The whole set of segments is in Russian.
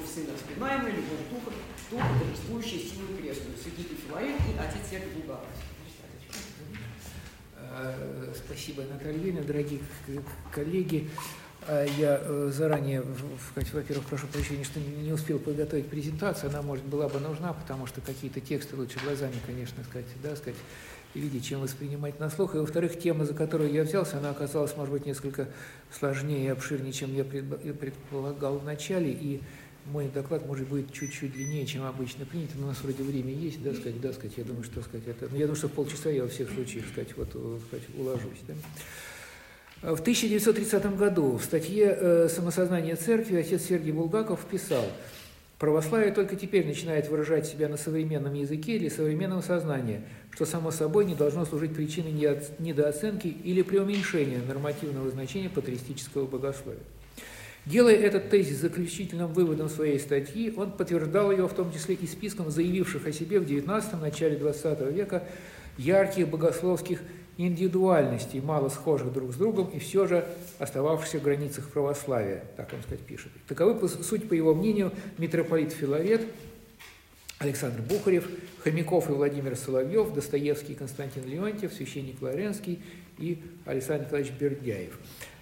Сына распинаемая, любовь Духа, торжествующая силу крестную, святитель Филарет и отец Сергий Булгаков. Спасибо, Наталья Юрьевна, дорогие коллеги. Я заранее, во-первых, прошу прощения, что не успел подготовить презентацию, она, может, была бы нужна, потому что какие-то тексты лучше глазами, конечно, сказать, видеть, чем воспринимать на слух. И, во-вторых, тема, за которую я взялся, она оказалась, может быть, несколько сложнее и обширнее, чем я предполагал в начале, и мой доклад, может, будет чуть-чуть длиннее, чем обычно принято, но у нас вроде время есть, я думаю, что это, я думаю, что в полчаса я во всех случаях, уложусь, да. В 1930 году в статье «Самосознание церкви» отец Сергий Булгаков писал: «Православие только теперь начинает выражать себя на современном языке или современного сознания, что само собой не должно служить причиной недооценки или преуменьшения нормативного значения патристического богословия». Делая этот тезис заключительным выводом своей статьи, он подтверждал его в том числе и списком заявивших о себе в XIX – начале XX века ярких богословских индивидуальностей, мало схожих друг с другом и все же остававшихся в границах православия, так он пишет. Таковы, суть, по его мнению, митрополит Филарет, Александр Бухарев, Хомяков и Владимир Соловьев, Достоевский и Константин Леонтьев, священник Лавренский и Александр Николаевич Бердяев.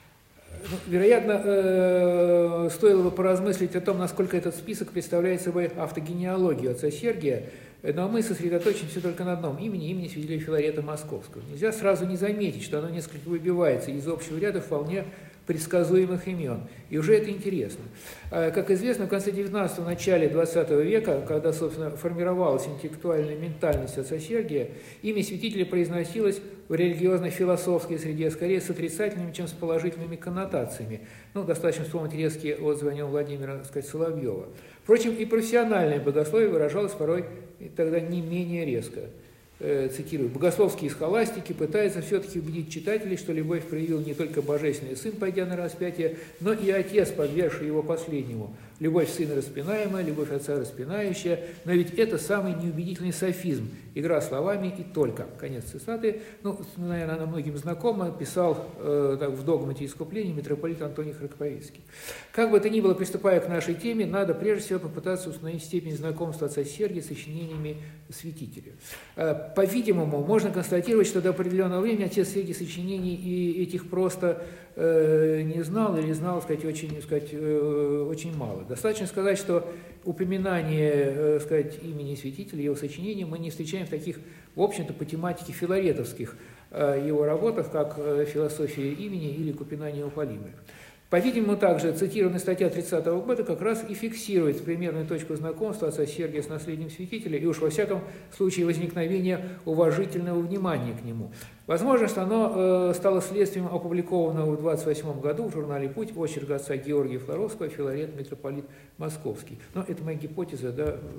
Вероятно, стоило бы поразмыслить о том, насколько этот список представляет собой автогенеалогию отца Сергия, но мы сосредоточимся только на одном имени святителя Филарета Московского. Нельзя сразу не заметить, что оно несколько выбивается из общего ряда вполне предсказуемых имен. И уже это интересно. Как известно, в конце XIX – начале XX века, когда, собственно, формировалась интеллектуальная ментальность отца Сергия, имя святителя произносилось в религиозно-философской среде скорее с отрицательными, чем с положительными коннотациями. Достаточно вспомнить резкие отзывы о нем Владимира, Соловьева. Впрочем, и профессиональное богословие выражалось порой тогда не менее резко. Цитирую: «Богословские схоластики пытаются все-таки убедить читателей, что любовь проявил не только Божественный Сын, пойдя на распятие, но и Отец, подвергший его последнему. Любовь Сына распинаемая, любовь Отца распинающая, но ведь это самый неубедительный софизм, игра словами и только». Конец цитаты. Наверное, она многим знакома, писал в «Догмате искупления» митрополит Антоний Храповицкий. Как бы то ни было, приступая к нашей теме, надо прежде всего попытаться установить степень знакомства отца Сергия с сочинениями святителя. По-видимому, можно констатировать, что до определенного времени отец Сергий сочинений и этих просто не знал или знал, очень мало. Достаточно сказать, что упоминание, имени святителя, его сочинений мы не встречаем в таких, в общем-то, по тематике филаретовских его работах, как «Философия имени» или «Купинание Уполимы». По-видимому, также цитированная статья 30-го года как раз и фиксирует примерную точку знакомства отца Сергия с наследием святителя и уж во всяком случае возникновения уважительного внимания к нему. Возможно, что оно стало следствием опубликованного в 28 году в журнале «Путь» очерка отца Георгия Флоровского «Филарет, митрополит Московский». Но это моя гипотеза,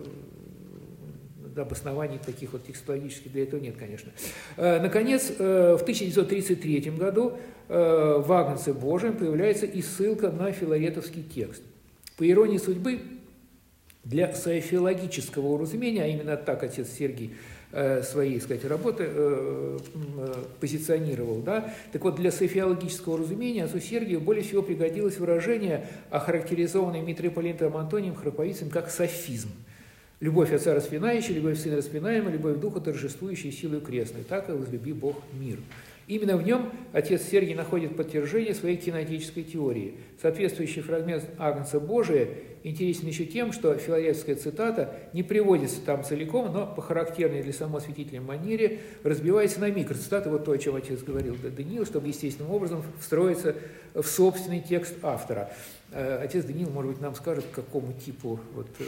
обоснований таких текстологических для этого нет, конечно. Наконец, в 1933 году в «Агнце Божием» появляется и ссылка на филаретовский текст. По иронии судьбы, для софиологического уразумения, а именно так отец Сергий своей, работы позиционировал, так вот, для софиологического уразумения отцу Сергию более всего пригодилось выражение, охарактеризованное митрополитом Антонием Храповицким как софизм. Любовь Отца распинающая, любовь Сына распинаемая, любовь Духа торжествующая силой крестной. Так и возлюби Бог мир. Именно в нем отец Сергий находит подтверждение своей кинетической теории. Соответствующий фрагмент «Агнца Божия» интересен еще тем, что филаретовская цитата не приводится там целиком, но по характерной для самого святителя манере разбивается на микроцитаты, то, о чем отец говорил Даниил, чтобы естественным образом встроиться в собственный текст автора. Отец Даниил, может быть, нам скажет, к какому типу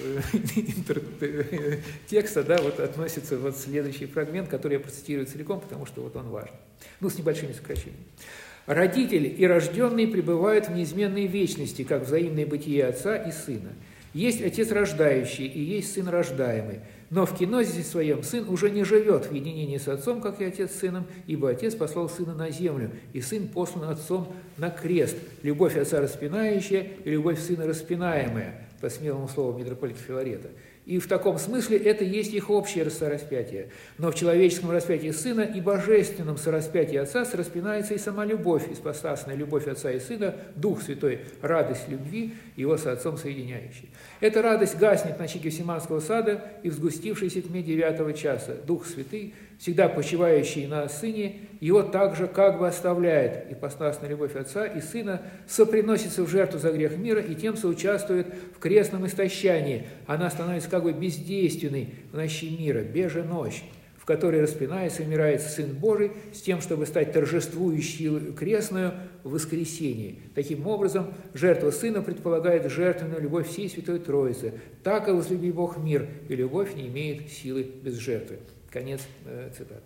текста относится следующий фрагмент, который я процитирую целиком, потому что он важен. С небольшими сокращениями. «Родитель и рожденный пребывают в неизменной вечности, как взаимное бытие Отца и Сына. Есть Отец рождающий и есть Сын рождаемый, но в кинозисе своем Сын уже не живет в единении с Отцом, как и Отец с Сыном, ибо Отец послал Сына на землю, и Сын послан Отцом на крест. Любовь Отца распинающая и любовь Сына распинаемая», по смелому слову митрополита Филарета. И в таком смысле это есть их общее сораспятие. Но в человеческом распятии Сына и божественном сораспятии Отца сораспинается и сама любовь, ипостасная любовь Отца и Сына, Дух Святой, радость любви, его с Отцом соединяющий. Эта радость гаснет на чике Симанского сада и в сгустившейся тьме 9 часа. Дух Святый, всегда почивающий на Сыне, его также как бы оставляет. Ипостасная любовь Отца и Сына соприносится в жертву за грех мира и тем соучаствует в крестном истощании. Она становится как бы бездейственной в ночи мира, беже ночь, в которой распинается и умирает Сын Божий с тем, чтобы стать торжествующей крестную в воскресении. Таким образом, жертва Сына предполагает жертвенную любовь всей Святой Троицы. Так и возлюби Бог мир, и любовь не имеет силы без жертвы. Конец цитаты.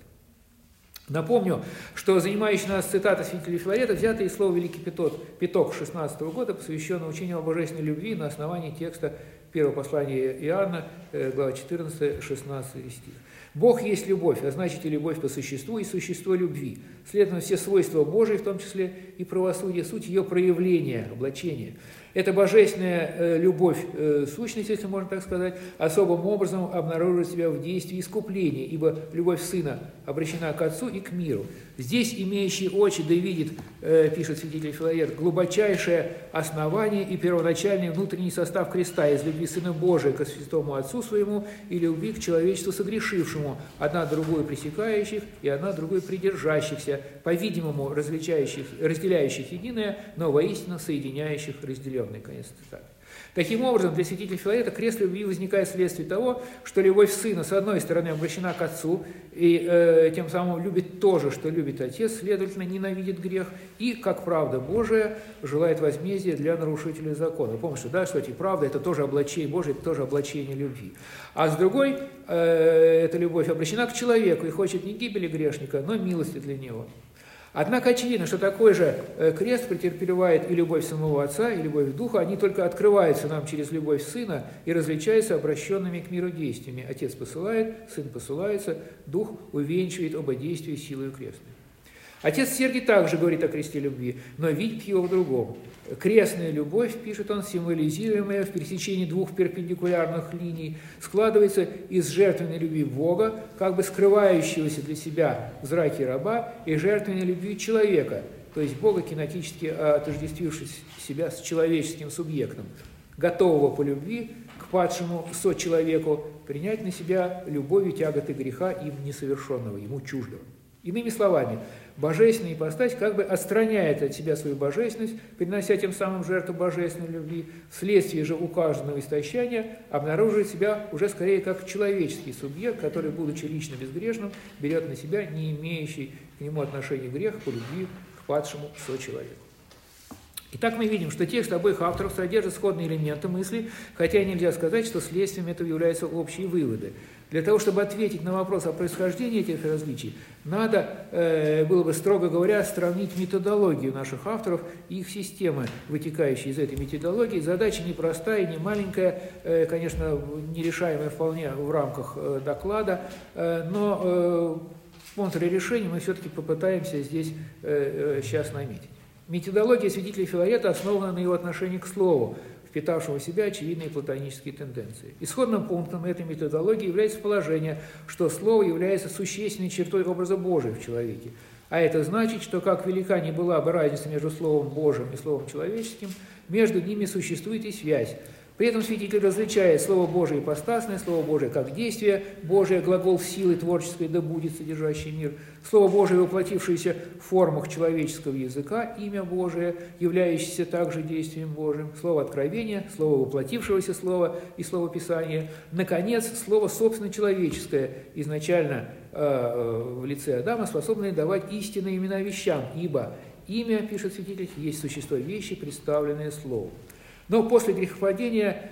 Напомню, что занимающая нас цитата святителя Филарета взята из слова Великий Пяток 16 года, посвященного учению о божественной любви на основании текста первого послания Иоанна, глава 14, 16 стих. «Бог есть любовь, а значит и любовь по существу, и существо любви. Следовательно, все свойства Божии, в том числе и правосудие, суть ее проявления, облачения. Эта божественная любовь, сущность, если можно так сказать, особым образом обнаруживает себя в действии искупления, ибо любовь Сына обращена к Отцу и к миру. Здесь, имеющий очи, да видит, пишет святитель Филарет, глубочайшее основание и первоначальный внутренний состав креста из любви Сына Божия к Святому Отцу Своему и любви к человечеству согрешившему, одна другую пресекающих и одна другую придержащихся, по-видимому, разделяющих единое, но воистину соединяющих разделенное». Конец цитаты. Таким образом, для святителя Филарета крест любви возникает вследствие того, что любовь Сына, с одной стороны, обращена к Отцу, и тем самым любит то же, что любит Отец, следовательно, ненавидит грех, и, как правда Божия, желает возмездия для нарушителей закона. Помните, да, что эти правды – это тоже облачение Божие, это тоже облачение любви. А с другой, эта любовь обращена к человеку и хочет не гибели грешника, но милости для него. Однако очевидно, что такой же крест претерпевает и любовь самого Отца, и любовь Духа, они только открываются нам через любовь Сына и различаются обращенными к миру действиями. Отец посылает, Сын посылается, Дух увенчивает оба действия силой крестной. Отец Сергий также говорит о кресте любви, но видит его в другом. Крестная любовь, пишет он, символизируемая в пересечении двух перпендикулярных линий, складывается из жертвенной любви Бога, как бы скрывающегося для себя в зраке раба, и жертвенной любви человека, то есть Бога, кинетически отождествившего себя с человеческим субъектом, готового по любви к падшему сочеловеку принять на себя любовью тяготы греха им несовершенного, ему чуждого. Иными словами, божественная ипостась как бы отстраняет от себя свою божественность, принося тем самым жертву божественной любви, вследствие же указанного истощения обнаруживает себя уже скорее как человеческий субъект, который, будучи лично безгрешным, берет на себя не имеющий к нему отношения грех по любви к падшему сочеловеку. Итак, мы видим, что текст обоих авторов содержит сходные элементы мысли, хотя и нельзя сказать, что следствием этого являются общие выводы. Для того, чтобы ответить на вопрос о происхождении этих различий, надо было бы, строго говоря, сравнить методологию наших авторов и их системы, вытекающие из этой методологии. Задача непростая и не маленькая, конечно, нерешаемая вполне в рамках доклада, но спонсоры решений мы все-таки попытаемся здесь сейчас наметить. Методология святителя Филарета основана на его отношении к слову, впитавшего в себя очевидные платонические тенденции. Исходным пунктом этой методологии является положение, что слово является существенной чертой образа Божия в человеке. А это значит, что как велика ни была бы разница между Словом Божьим и Словом человеческим, между ними существует и связь. При этом святитель различает Слово Божие ипостасное, Слово Божие как действие Божие, глагол силы творческой «да будет», содержащий мир, Слово Божие, воплотившееся в формах человеческого языка, имя Божие, являющееся также действием Божьим, Слово откровения, Слово воплотившегося Слова и Слово Писания, наконец, Слово собственно человеческое, изначально в лице Адама, способное давать истинные имена вещам, ибо имя, пишет святитель, есть существо вещи, представленное Словом. Но после грехопадения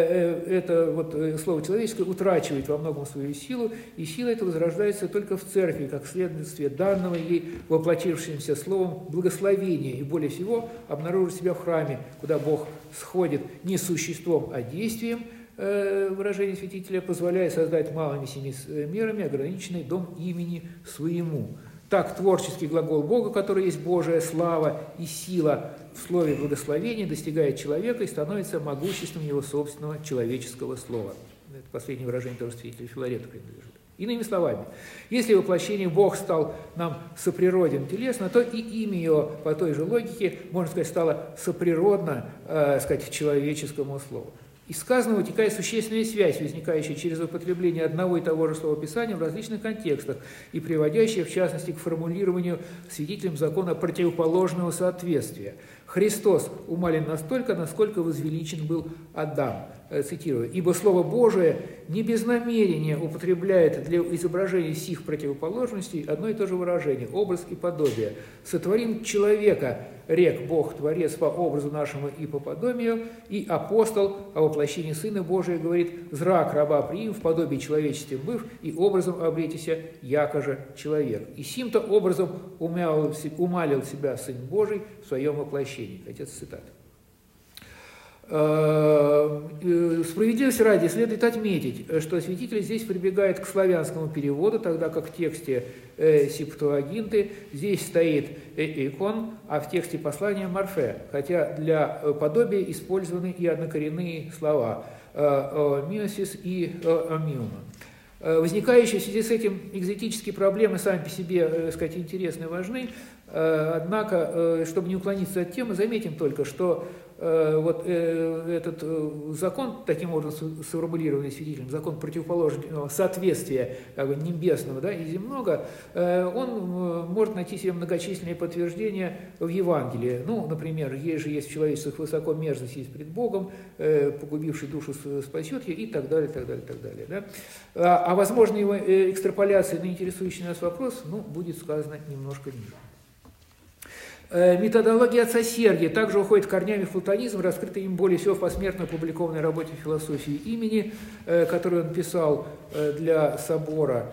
это слово человеческое утрачивает во многом свою силу, и сила эта возрождается только в церкви, как следствие данного ей воплотившимся словом благословения, и более всего обнаружит себя в храме, куда Бог сходит не существом, а действием, выражение святителя, позволяя создать малыми семи мерами ограниченный дом имени своему. Так, творческий глагол Бога, который есть Божия слава и сила в слове благословения, достигает человека и становится могуществом его собственного человеческого слова. Это последнее выражение тоже святителя Филарета принадлежит. Иными словами, если воплощение Бог стал нам соприроден телесно, то и имя его по той же логике, можно сказать, стало соприродно, человеческому слову. Из сказанного вытекает существенная связь, возникающая через употребление одного и того же словописания в различных контекстах и приводящая, в частности, к формулированию свидетелем закона противоположного соответствия. Христос умален настолько, насколько возвеличен был Адам. Цитирую. «Ибо Слово Божие не без намерения употребляет для изображения сих противоположностей одно и то же выражение, образ и подобие. Сотворим человека, рек Бог, Творец, по образу нашему и по подобию, и апостол о воплощении Сына Божия говорит, зрак раба приим, в подобии человечестве быв, и образом обретися, яко же человек. И сим-то образом умалил себя Сын Божий в своем воплощении». Конец цитаты. Справедливости ради следует отметить, что святитель здесь прибегает к славянскому переводу, тогда как в тексте Септуагинты здесь стоит «икон», а в тексте послания «морфе», хотя для подобия использованы и однокоренные слова «миосис» и «амиума». Возникающие в связи с этим экзотические проблемы сами по себе, интересны и важны, однако, чтобы не уклониться от темы, заметим только, что этот закон, таким образом сформулированный свидетелем, закон противоположного соответствия небесного и земного, он может найти себе многочисленные подтверждения в Евангелии. Ну, например, есть в человечествах высоко мерзость есть пред Богом, погубивший душу спасет ее, и так далее, так далее, так далее. Да? А возможной его экстраполяции на интересующий нас вопрос, будет сказано немножко ниже. Методология отца Сергия также уходит корнями в платонизм, раскрытый им более всего в посмертно опубликованной работе «Философии имени», которую он писал для собора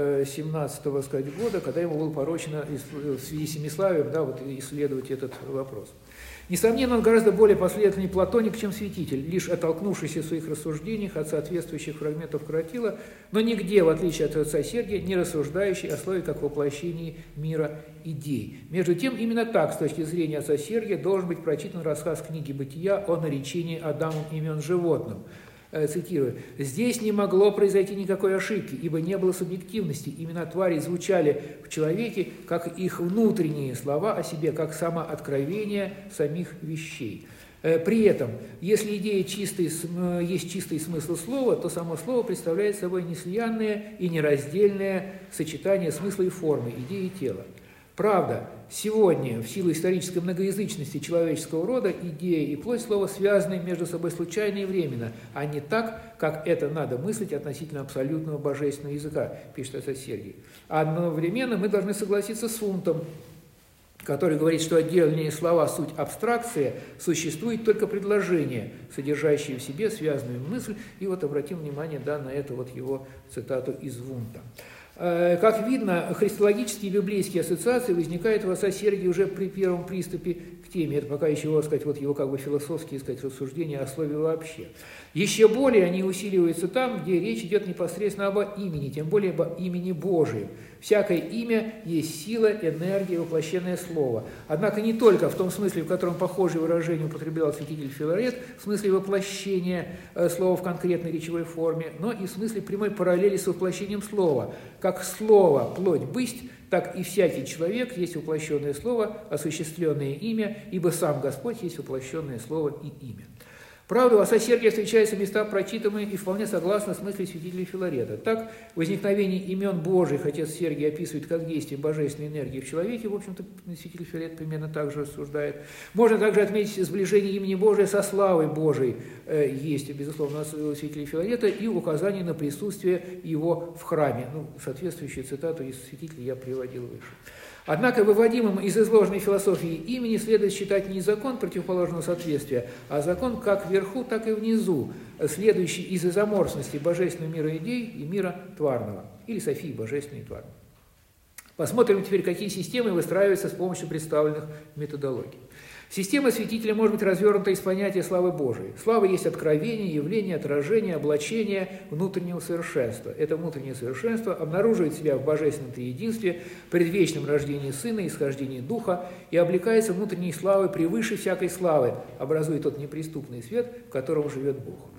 17-го года, когда ему было поручено в связи с семиславием исследовать этот вопрос. Несомненно, он гораздо более последовательный платоник, чем святитель, лишь оттолкнувшийся в своих рассуждениях от соответствующих фрагментов Каратила, но нигде, в отличие от отца Сергия, не рассуждающий о слове как воплощении мира идей. Между тем, именно так, с точки зрения отца Сергия, должен быть прочитан рассказ книги «Бытия» о наречении Адамом имен животным. Цитирую. «Здесь не могло произойти никакой ошибки, ибо не было субъективности. Имена тварей звучали в человеке, как их внутренние слова о себе, как самооткровение самих вещей». При этом, если идея есть чистый смысл слова, то само слово представляет собой неслиянное и нераздельное сочетание смысла и формы, идеи и тела. Правда, сегодня, в силу исторической многоязычности человеческого рода, идея и плоть слова связаны между собой случайно и временно, а не так, как это надо мыслить относительно абсолютного божественного языка, пишет отец Сергий. А одновременно мы должны согласиться с Фунтом, который говорит, что отдельные слова – суть абстракция, существует только предложение, содержащее в себе связанную мысль. И обратим внимание на эту его цитату из Вунта. Как видно, христологические и библейские ассоциации возникают у отца Сергия уже при первом приступе к теме. Это пока еще его философские рассуждения о слове вообще. Еще более они усиливаются там, где речь идет непосредственно об имени, тем более об имени Божием. Всякое имя есть сила, энергия, воплощенное слово. Однако не только в том смысле, в котором похожее выражение употреблял святитель Филарет, в смысле воплощения слова в конкретной речевой форме, но и в смысле прямой параллели с воплощением слова. Как слово «плоть бысть», так и всякий человек есть воплощенное слово, осуществленное имя, ибо сам Господь есть воплощенное слово и имя. Правда, у отца Сергия встречаются места прочитанные и вполне согласно с мыслью святителя Филарета. Так, возникновение имен Божьих отец Сергий описывает как действие божественной энергии в человеке, в общем-то, святитель Филарет примерно так же рассуждает. Можно также отметить сближение имени Божия со славой Божией, есть, безусловно, у святителя Филарета, и указание на присутствие его в храме. Соответствующую цитату из святителя я приводил выше. Однако выводимым из изложенной философии имени следует считать не закон противоположного соответствия, а закон как вверху, так и внизу, следующий из изоморфности божественного мира идей и мира тварного, или Софии божественной и тварной. Посмотрим теперь, какие системы выстраиваются с помощью представленных методологий. Система святителя может быть развернута из понятия славы Божией. Слава есть откровение, явление, отражение, облачение внутреннего совершенства. Это внутреннее совершенство обнаруживает себя в божественном триединстве, предвечном рождении Сына, исхождении Духа и облекается внутренней славой превыше всякой славы, образуя тот неприступный свет, в котором живет Бог.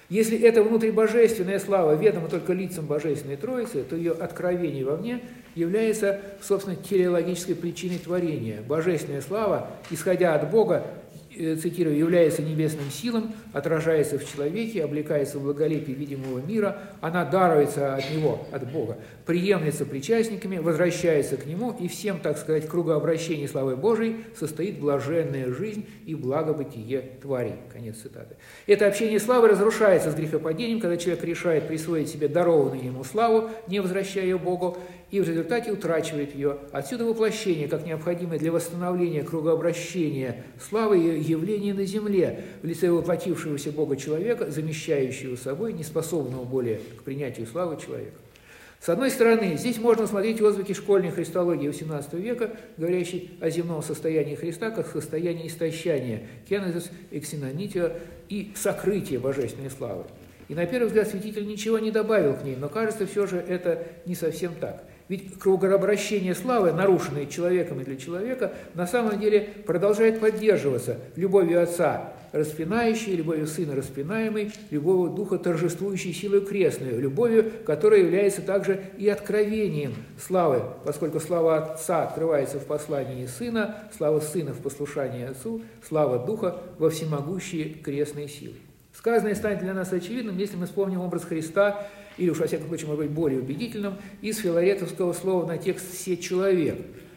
Если эта внутрибожественная слава ведома только лицам Божественной Троицы, то ее откровение вовне является, собственно, телеологической причиной творения. Божественная слава, исходя от Бога, цитирую, является небесным силам, отражается в человеке, облекается в благолепие видимого мира, она даруется от него, от Бога, приемлется причастниками, возвращается к нему, и всем, так сказать, кругообращения славы Божией состоит блаженная жизнь и благобытие тварей. Конец цитаты. Это общение славы разрушается с грехопадением, когда человек решает присвоить себе дарованную ему славу, не возвращая ее Богу, и в результате утрачивает ее. Отсюда воплощение, как необходимое для восстановления кругообращения славы и явления на земле в лице воплотившегося Бога человека, замещающего собой неспособного более к принятию славы человека. С одной стороны, здесь можно смотреть отзвуки школьной христологии XVIII века, говорящей о земном состоянии Христа как состоянии истощания, кенезис, эксинонитио и сокрытия божественной славы. И на первый взгляд святитель ничего не добавил к ней, но кажется, все же это не совсем так. Ведь кругообращение славы, нарушенное человеком и для человека, на самом деле продолжает поддерживаться любовью Отца, распинающей, любовью Сына, распинаемой, любовью Духа, торжествующей силой крестной, любовью, которая является также и откровением славы, поскольку слава Отца открывается в послании Сына, слава Сына в послушании Отцу, слава Духа во всемогущие крестные силы. Сказанное станет для нас очевидным, если мы вспомним образ Христа, или уж, во всяком случае, может быть, более убедительным, из филаретовского слова на текст «все человек».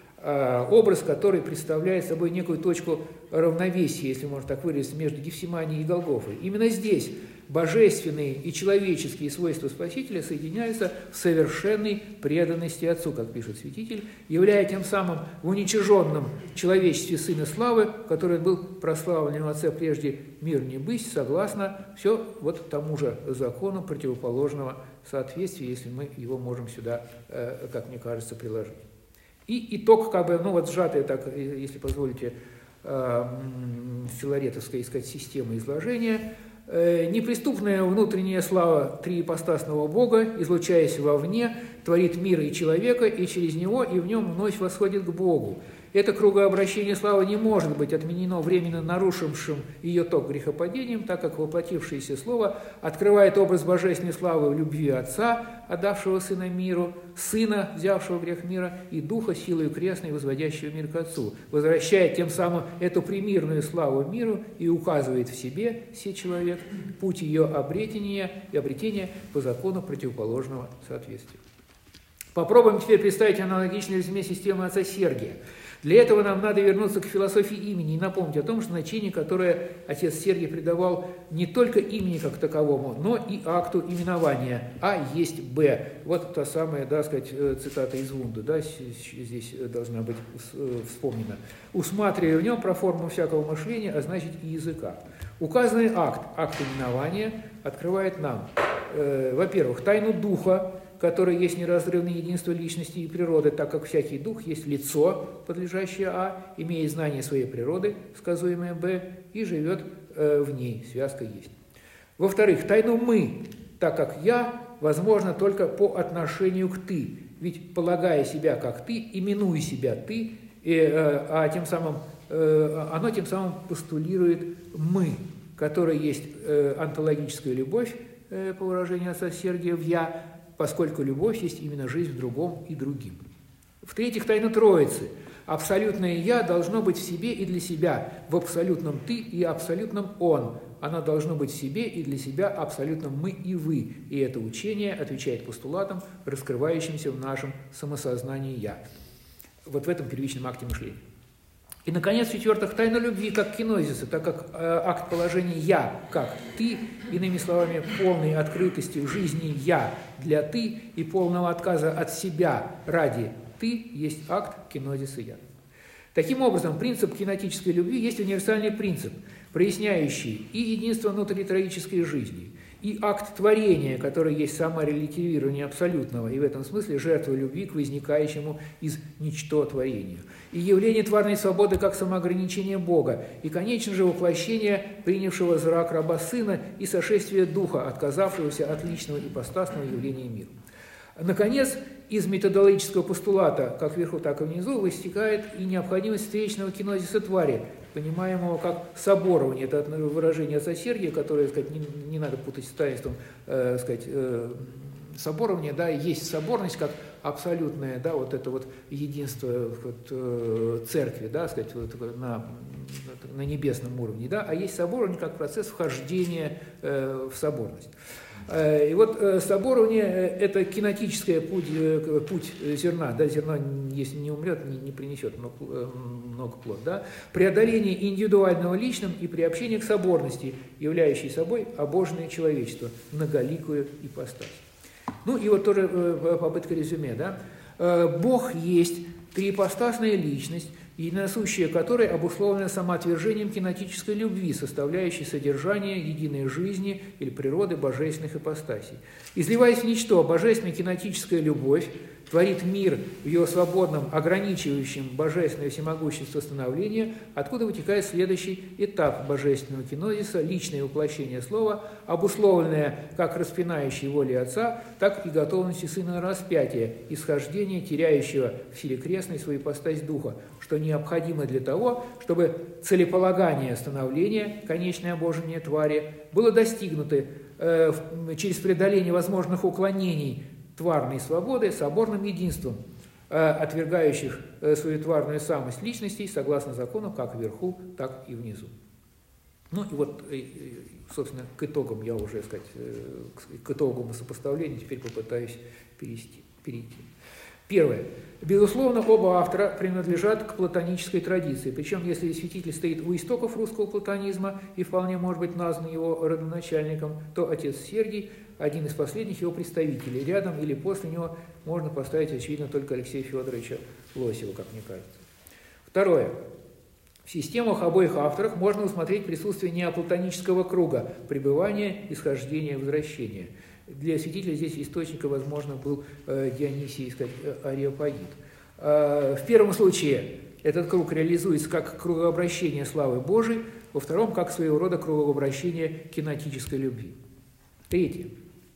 Образ, который представляет собой некую точку равновесия, если можно так выразиться, между Гефсиманией и Голгофой. Именно здесь божественные и человеческие свойства Спасителя соединяются в совершенной преданности Отцу, как пишет святитель, являя тем самым в уничиженном человечестве Сына Славы, который был прославлен в Отце прежде мир не быть, согласно все вот тому же закону противоположного соответствия, если мы его можем сюда, как мне кажется, приложить. И итог, как бы, ну вот сжатая, так, если позволите, филаретовская, сказать, система изложения. Неприступная внутренняя слава триипостасного Бога, излучаясь вовне, творит мир и человека, и через него и в нем вновь восходит к Богу. Это кругообращение славы не может быть отменено временно нарушившим ее ток грехопадением, так как воплотившееся Слово открывает образ божественной славы в любви Отца, отдавшего Сына миру, Сына, взявшего грех мира, и Духа, силою крестной, возводящего мир к Отцу, возвращает тем самым эту примирную славу миру и указывает в себе, сей человек, путь ее обретения и обретения по закону противоположного соответствия. Попробуем теперь представить аналогичное резюме системы отца Сергия. Для этого нам надо вернуться к философии имени и напомнить о том, что значение, которое отец Сергий придавал не только имени как таковому, но и акту именования «А есть Б». Вот та самая, да, сказать, цитата из Вунда, да, здесь должна быть вспомнена. «Усматривая в нем про форму всякого мышления, а значит и языка». Указанный акт именования открывает нам, во-первых, тайну Духа, который есть неразрывное единство личности и природы, так как всякий дух есть лицо, подлежащее А, имеет знание своей природы, сказуемое Б, и живет в ней, связка есть. Во-вторых, тайну «мы», так как «я» возможно только по отношению к «ты», ведь, полагая себя как «ты», именуя себя «ты», тем самым, оно тем самым постулирует «мы», которое есть онтологическая любовь, по выражению отца Сергия, в «я», поскольку любовь есть именно жизнь в другом и другим. В-третьих, тайна Троицы. Абсолютное «я» должно быть в себе и для себя, в абсолютном «ты» и абсолютном «он». Оно должно быть в себе и для себя абсолютном «мы» и «вы». И это учение отвечает постулатам, раскрывающимся в нашем самосознании «я». Вот в этом первичном акте мышления. И, наконец, в-четвертых, тайна любви как кинозиса, так как акт положения «я» как «ты», иными словами, полной открытости в жизни «я» для «ты» и полного отказа от себя ради «ты» есть акт кинозиса «я». Таким образом, принцип кинетической любви есть универсальный принцип, проясняющий и единство внутритроической жизни, и акт творения, который есть саморелятивирование абсолютного, и в этом смысле жертва любви к возникающему из ничто творению, и явление тварной свободы как самоограничение Бога, и, конечно же, воплощение принявшего зрак раба Сына и сошествие Духа, отказавшегося от личного ипостасного явления мира. Наконец, из методологического постулата, как вверху, так и внизу, вытекает и необходимость встречного кинозиса твари, понимаемого как соборование. Это выражение отца Сергия, которое, сказать, не надо путать с таинством, сказать, соборование, да, есть соборность как абсолютное, да, вот это вот единство вот, церкви, да, сказать, вот, на небесном уровне, да, а есть соборование как процесс вхождения в соборность. И вот соборование – это кинетический путь зерна, да, зерно, если не умрет, не принесет много плод, да, преодоление индивидуального личным и приобщение к соборности, являющей собой обоженное человечество, многоликую ипостась. Ну и вот тоже попытка резюме, да. Бог есть триипостасная личность, единосущая которой обусловлена самоотвержением кинетической любви, составляющей содержание единой жизни или природы божественных ипостасей. Изливаясь в ничто, божественная кинетическая любовь творит мир в его свободном, ограничивающем божественное всемогущество становления, откуда вытекает следующий этап божественного кинозиса, личное воплощение слова, обусловленное как распинающей волей Отца, так и готовностью Сына на распятие, исхождение теряющего в силе крестной свою ипостась Духа, что необходимо для того, чтобы целеполагание становления, конечное обожение твари, было достигнуто через преодоление возможных уклонений тварной свободы соборным единством, отвергающих свою тварную самость личностей согласно закону как вверху, так и внизу. Ну и вот, собственно, к итогам я уже, сказать, к итогам сопоставления теперь попытаюсь перейти. Первое. Безусловно, оба автора принадлежат к платонической традиции, причем если святитель стоит у истоков русского платонизма и вполне может быть назван его родоначальником, то отец Сергий – один из последних его представителей. Рядом или после него можно поставить, очевидно, только Алексея Федоровича Лосева, как мне кажется. Второе. В системах обоих авторов можно усмотреть присутствие неоплатонического круга пребывания, исхождения, возвращения. Для святителя здесь источником, возможно, был Дионисий, сказать, Ареопагит. В первом случае этот круг реализуется как кругообращение славы Божией, во втором – как своего рода кругообращение кинетической любви. Третье.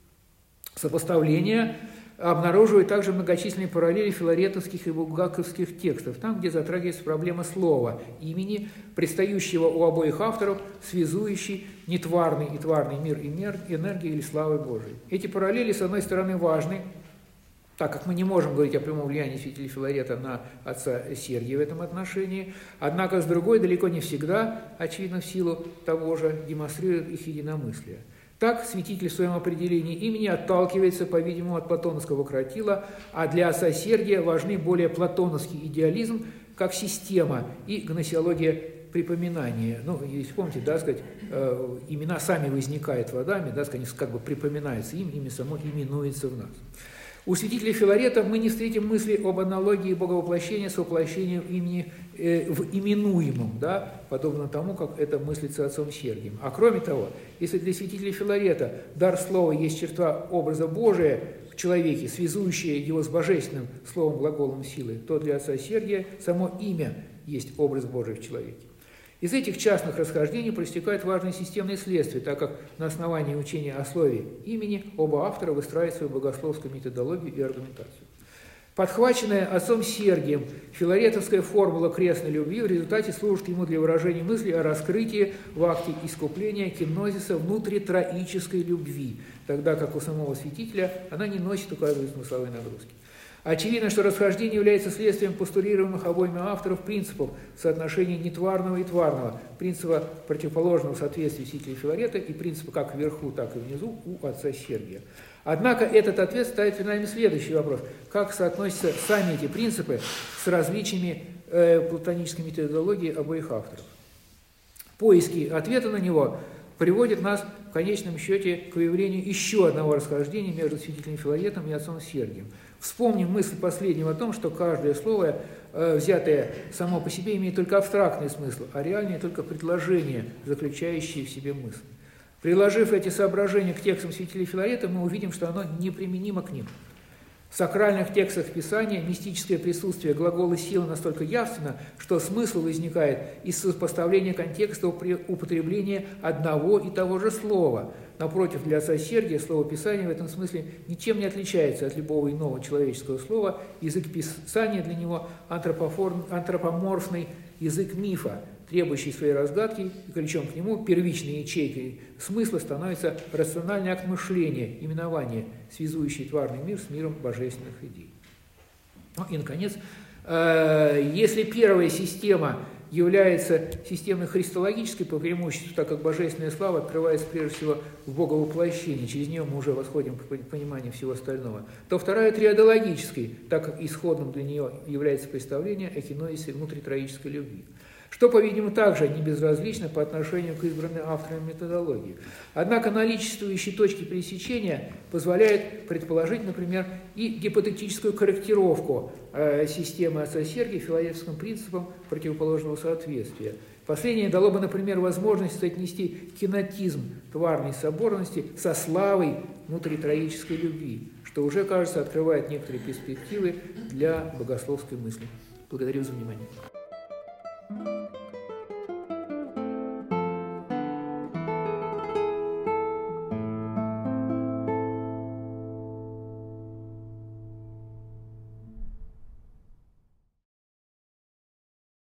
Сопоставление обнаруживает также многочисленные параллели филаретовских и булгаковских текстов, там, где затрагивается проблема слова, имени, предстающего у обоих авторов, связующий нетварный и тварный мир энергии или славы Божией. Эти параллели, с одной стороны, важны, так как мы не можем говорить о прямом влиянии святителя Филарета на отца Сергия в этом отношении, однако, с другой, далеко не всегда, очевидно, в силу того же, демонстрирует их единомыслие. Так, святитель в своем определении имени отталкивается, по-видимому, от платоновского кротила, а для отца Сергия важны более платоновский идеализм как система и гносеология припоминания. Ну, если помните, да, сказать, имена сами возникают водами, да, сказать, как бы припоминается им, имя само именуется в нас. У святителя Филарета мы не встретим мысли об аналогии боговоплощения с воплощением имени в именуемом, да, подобно тому, как это мыслится отцом Сергием. А кроме того, если для святителя Филарета дар слова есть черта образа Божия в человеке, связующая его с божественным словом, глаголом силы, то для отца Сергия само имя есть образ Божий в человеке. Из этих частных расхождений проистекают важные системные следствия, так как на основании учения о слове имени оба автора выстраивают свою богословскую методологию и аргументацию. Подхваченная отцом Сергием филаретовская формула крестной любви в результате служит ему для выражения мысли о раскрытии в акте искупления кинозиса внутритроической любви, тогда как у самого святителя она не носит указываемой смысловой нагрузки. Очевидно, что расхождение является следствием постулируемых обоими авторов принципов соотношения нетварного и тварного, принципа противоположного соответствия святителя Филарета и принципа как вверху, так и внизу у отца Сергия. Однако этот ответ ставит перед нами следующий вопрос. Как соотносятся сами эти принципы с различиями платонической методологии обоих авторов? Поиски ответа на него приводят нас в конечном счете к выявлению еще одного расхождения между святителем Филаретом и отцом Сергием. Вспомним мысль последнего о том, что каждое слово, взятое само по себе, имеет только абстрактный смысл, а реальное только предложение, заключающее в себе мысль. Приложив эти соображения к текстам святителя Филарета, мы увидим, что оно неприменимо к ним. В сакральных текстах Писания мистическое присутствие глагола силы настолько явственно, что смысл возникает из сопоставления контекста употребления одного и того же слова. Напротив, для отца Сергия слово Писания в этом смысле ничем не отличается от любого иного человеческого слова. Язык Писания для него антропоморфный язык мифа, требующий своей разгадки, и ключом к нему, первичной ячейкой смысла, становится рациональный акт мышления, именование, связующий тварный мир с миром божественных идей. Ну и, наконец, если первая система является системой христологической по преимуществу, так как божественная слава открывается прежде всего в боговоплощении, через нее мы уже восходим к пониманию всего остального, то вторая триадологической, так как исходным для нее является представление о киноисе внутритроической любви, что, по-видимому, также не безразлично по отношению к избранной авторами методологии. Однако наличествующие точки пересечения позволяют предположить, например, и гипотетическую корректировку системы отца Сергия филаретовским принципам противоположного соответствия. Последнее дало бы, например, возможность соотнести кинетизм тварной соборности со славой внутритроической любви, что уже, кажется, открывает некоторые перспективы для богословской мысли. Благодарю за внимание.